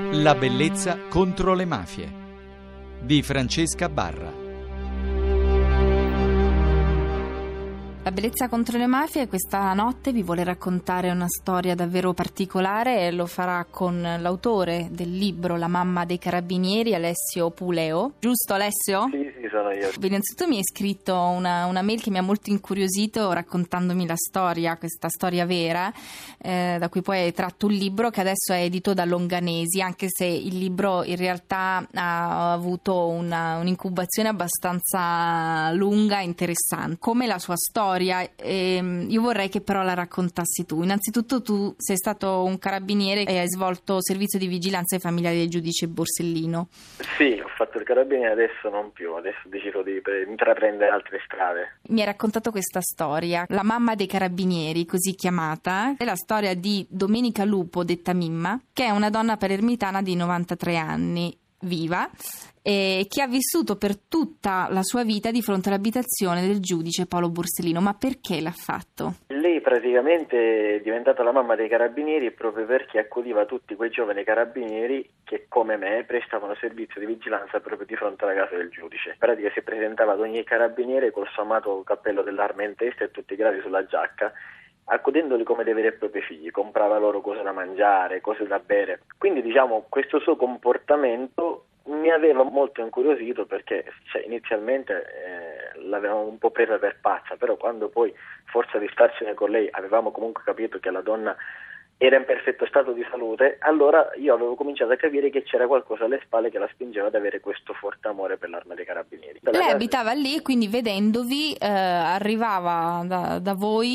La bellezza contro le mafie di Francesca Barra. La bellezza contro le mafie questa notte vi vuole raccontare una storia davvero particolare e lo farà con l'autore del libro La mamma dei carabinieri, Alessio Puleo. Giusto, Alessio? Sì, sono io. Innanzitutto mi hai scritto una mail che mi ha molto incuriosito raccontandomi la storia, questa storia vera, da cui poi hai tratto un libro che adesso è edito da Longanesi, anche se il libro in realtà ha avuto un'incubazione abbastanza lunga e interessante, come la sua storia. Io vorrei che però la raccontassi tu. Innanzitutto tu sei stato un carabiniere e hai svolto servizio di vigilanza ai familiari del giudice Borsellino. Sì, ho fatto il carabiniere, adesso non più, adesso decido di intraprendere altre strade. Mi hai raccontato questa storia, La mamma dei carabinieri, così chiamata, è la storia di Domenica Lupo, detta Mimma, che è una donna palermitana di 93 anni, viva, e che ha vissuto per tutta la sua vita di fronte all'abitazione del giudice Paolo Borsellino. Ma perché l'ha fatto? Lei praticamente è diventata la mamma dei carabinieri proprio perché accudeva tutti quei giovani carabinieri che, come me, prestavano servizio di vigilanza proprio di fronte alla casa del giudice. In pratica si presentava ad ogni carabiniere col suo amato cappello dell'arma in testa e tutti i gradi sulla giacca, accudendoli come dei veri e propri figli, comprava loro cose da mangiare, cose da bere. Quindi questo suo comportamento mi aveva molto incuriosito perché inizialmente l'avevamo un po' presa per pazza, però quando poi, forza di starsene con lei, avevamo comunque capito che la donna era in perfetto stato di salute, allora io avevo cominciato a capire che c'era qualcosa alle spalle che la spingeva ad avere questo forte amore per l'arma dei carabinieri. Lei abitava lì, quindi vedendovi arrivava da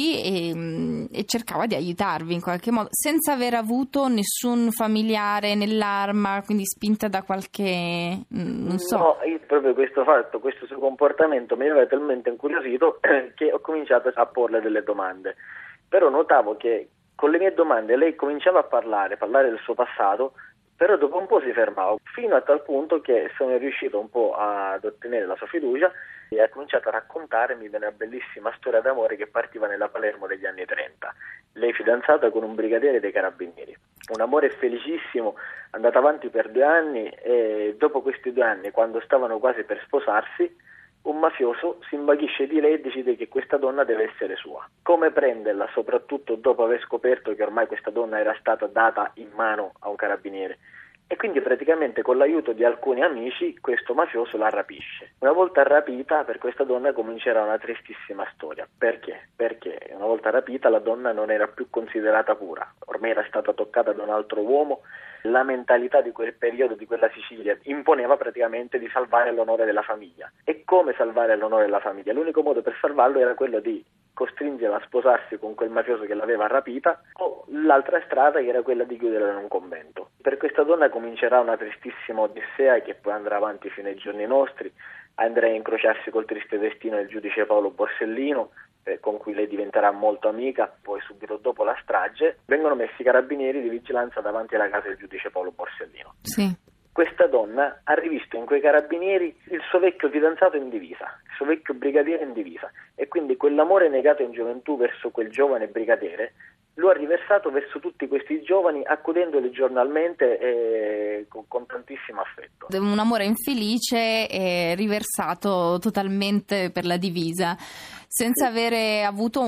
voi e cercava di aiutarvi in qualche modo, senza aver avuto nessun familiare nell'arma, quindi spinta da qualche... non so. No, proprio questo suo comportamento mi aveva talmente incuriosito che ho cominciato a porle delle domande, però notavo che con le mie domande lei cominciava a parlare del suo passato, però dopo un po' si fermava, fino a tal punto che sono riuscito un po' ad ottenere la sua fiducia e ha cominciato a raccontarmi una bellissima storia d'amore che partiva nella Palermo degli anni 30. Lei fidanzata con un brigadiere dei carabinieri. Un amore felicissimo, andato avanti per 2 anni e dopo questi 2 anni, quando stavano quasi per sposarsi, un mafioso si invaghisce di lei e decide che questa donna deve essere sua. Come prenderla, soprattutto dopo aver scoperto che ormai questa donna era stata data in mano a un carabiniere? E quindi praticamente con l'aiuto di alcuni amici questo mafioso la rapisce. Una volta rapita, per questa donna comincerà una tristissima storia. Perché? Perché una volta rapita la donna non era più considerata pura, ormai era stata toccata da un altro uomo. La mentalità di quel periodo, di quella Sicilia, imponeva praticamente di salvare l'onore della famiglia. E come salvare l'onore della famiglia? L'unico modo per salvarlo era quello di costringerla a sposarsi con quel mafioso che l'aveva rapita, o l'altra strada che era quella di chiuderla in un convento. Per questa donna comincerà una tristissima odissea che poi andrà avanti fino ai giorni nostri, andrà a incrociarsi col triste destino del giudice Paolo Borsellino, con cui lei diventerà molto amica. Poi subito dopo la strage vengono messi i carabinieri di vigilanza davanti alla casa del giudice Paolo Borsellino. Sì. Questa donna ha rivisto in quei carabinieri il suo vecchio fidanzato in divisa, il suo vecchio brigadiere in divisa, e quindi quell'amore negato in gioventù verso quel giovane brigadiere lo ha riversato verso tutti questi giovani, accudendoli giornalmente e con tantissimo affetto. Un amore infelice e riversato totalmente per la divisa, senza avere avuto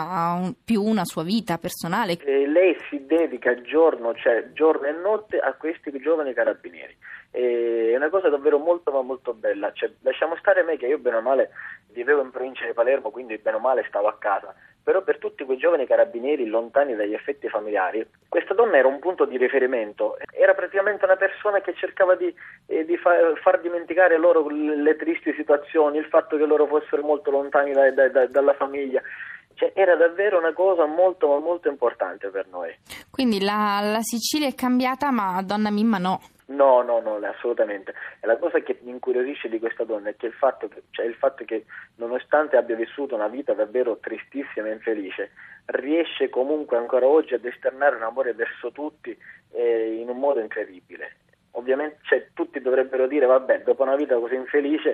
più una sua vita personale. Lei si dedica giorno e notte a questi giovani carabinieri. È una cosa davvero molto ma molto bella. Lasciamo stare me che io bene o male vivevo in provincia di Palermo, quindi bene o male stavo a casa. Però per tutti quei giovani carabinieri lontani dagli affetti familiari, questa donna era un punto di riferimento, era praticamente una persona che cercava di far dimenticare loro le tristi situazioni, il fatto che loro fossero molto lontani dalla famiglia. Era davvero una cosa molto ma molto importante per noi. Quindi la Sicilia è cambiata, ma donna Mimma no. No, assolutamente. E la cosa che mi incuriosisce di questa donna è che il fatto che nonostante abbia vissuto una vita davvero tristissima e infelice, riesce comunque ancora oggi ad esternare un amore verso tutti in un modo incredibile. Ovviamente tutti dovrebbero dire vabbè, dopo una vita così infelice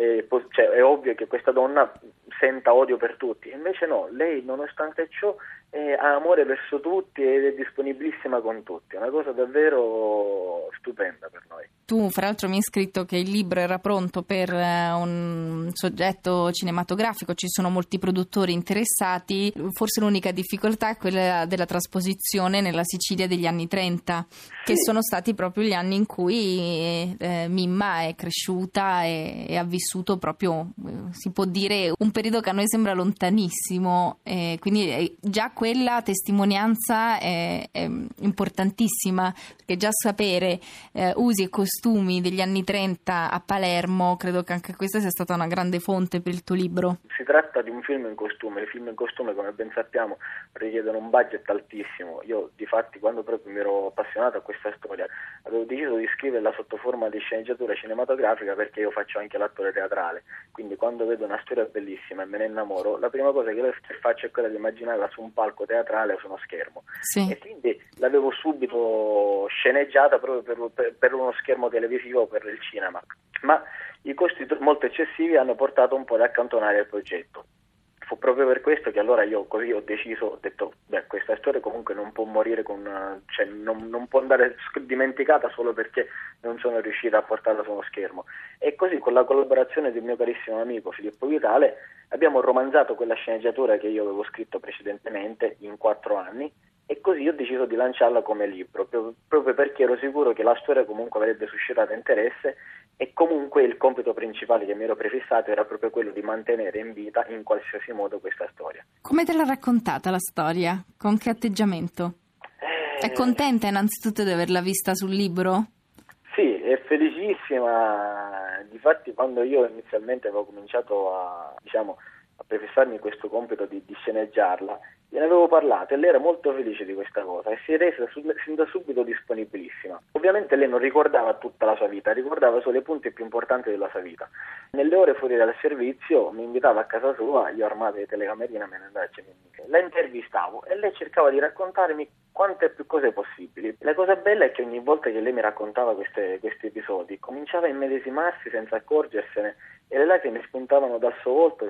è ovvio che questa donna senta odio per tutti, invece no, lei nonostante ciò ha amore verso tutti ed è disponibilissima con tutti, è una cosa davvero stupenda per noi. Tu, fra l'altro, mi hai scritto che il libro era pronto per un soggetto cinematografico, ci sono molti produttori interessati, forse l'unica difficoltà è quella della trasposizione nella Sicilia degli anni 30, che sono stati proprio gli anni in cui Mimma è cresciuta e ha vissuto proprio, si può dire, un periodo che a noi sembra lontanissimo, quindi già quella testimonianza è importantissima, perché già sapere usi e costumi degli anni 30 a Palermo, credo che anche questa sia stata una grande fonte per il tuo libro. Si tratta di un film in costume. I film in costume, come ben sappiamo, richiedono un budget altissimo. Io difatti, quando proprio mi ero appassionato a questa storia, avevo deciso di scriverla sotto forma di sceneggiatura cinematografica, perché io faccio anche l'attore teatrale, quindi quando vedo una storia bellissima e me ne innamoro, la prima cosa che faccio è quella di immaginarla su un palco teatrale o su uno schermo. Sì. E quindi l'avevo subito sceneggiata proprio per uno schermo televisivo, per il cinema, ma i costi molto eccessivi hanno portato un po' ad accantonare il progetto. Fu proprio per questo che allora io così ho deciso, ho detto, questa storia comunque non può morire non può andare dimenticata solo perché non sono riuscita a portarla su uno schermo. E così, con la collaborazione del mio carissimo amico Filippo Vitale, abbiamo romanzato quella sceneggiatura che io avevo scritto precedentemente in 4 anni, e così ho deciso di lanciarla come libro, proprio perché ero sicuro che la storia comunque avrebbe suscitato interesse, e comunque il compito principale che mi ero prefissato era proprio quello di mantenere in vita in qualsiasi modo questa storia. Come te l'ha raccontata la storia? Con che atteggiamento? È contenta innanzitutto di averla vista sul libro? Sì, è felicissima. Difatti, quando io inizialmente avevo cominciato a prefissarmi questo compito di sceneggiarla, gliene avevo parlato e lei era molto felice di questa cosa e si è resa sin da subito disponibilissima. Ovviamente lei non ricordava tutta la sua vita, ricordava solo i punti più importanti della sua vita. Nelle ore fuori dal servizio mi invitava a casa sua, io armato di telecamerina me ne andavo a Cemeniche. La intervistavo e lei cercava di raccontarmi quante più cose possibili. La cosa bella è che ogni volta che lei mi raccontava questi episodi cominciava a immedesimarsi senza accorgersene e le lacrime spuntavano dal suo volto,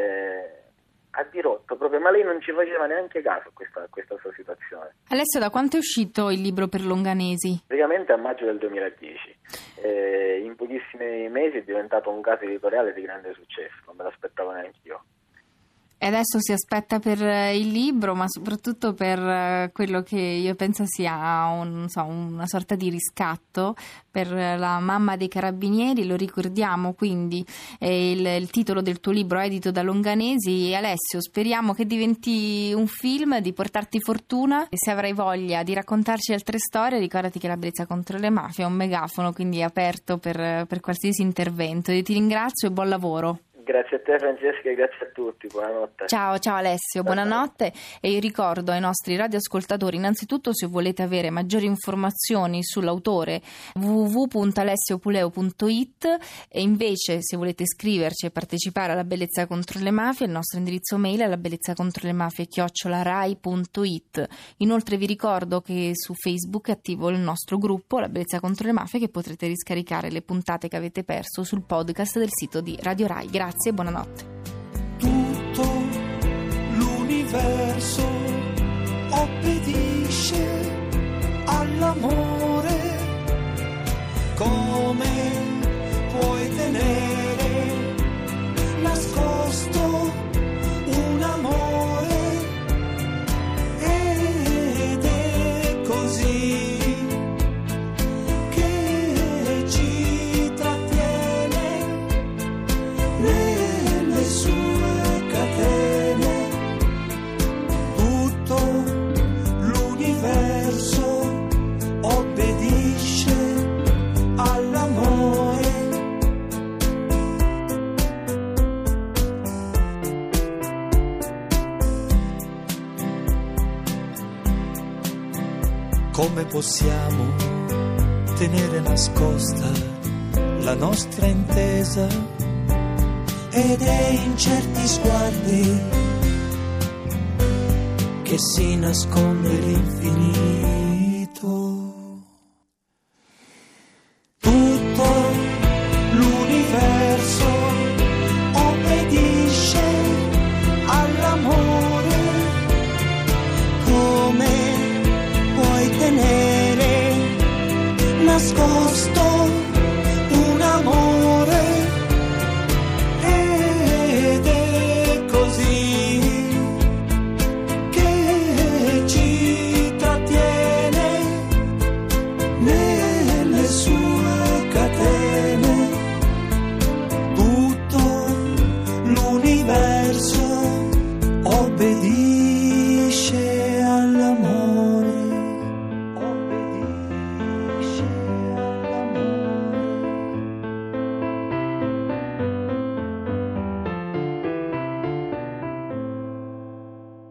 a dirotto proprio, ma lei non ci faceva neanche caso a questa sua situazione. Alessio, da quanto è uscito il libro per Longanesi? Praticamente a maggio del 2010. In pochissimi mesi è diventato un caso editoriale di grande successo, non me l'aspettavo neanche io. E adesso si aspetta per il libro, ma soprattutto per quello che io penso sia una sorta di riscatto per la mamma dei carabinieri. Lo ricordiamo, quindi il titolo del tuo libro edito da Longanesi. E Alessio, speriamo che diventi un film, di portarti fortuna, e se avrai voglia di raccontarci altre storie, ricordati che la Bellezza contro le mafie è un megafono, quindi è aperto per qualsiasi intervento. Io ti ringrazio e buon lavoro. Grazie a te Francesca e grazie a tutti, buonanotte. Ciao Alessio, buonanotte. E io ricordo ai nostri radioascoltatori, innanzitutto, se volete avere maggiori informazioni sull'autore, www.alessiopuleo.it, e invece se volete scriverci e partecipare alla Bellezza contro le mafie, il nostro indirizzo mail è labellezzacontrolemafie@rai.it. Inoltre vi ricordo che su Facebook è attivo il nostro gruppo La Bellezza contro le mafie, che potrete riscaricare le puntate che avete perso sul podcast del sito di Radio Rai. Grazie e buonanotte. Tutto l'universo obbedisce all'amore. Come puoi tenere nascosto un amore? Ed è così che ci trattiene nelle sue catene. Tutto l'universo obbedisce all'amore. Come possiamo tenere nascosta la nostra intesa? Ed è in certi sguardi che si nasconde l'infinito. Tutto l'universo obbedisce all'amore. Come puoi tenere nascosto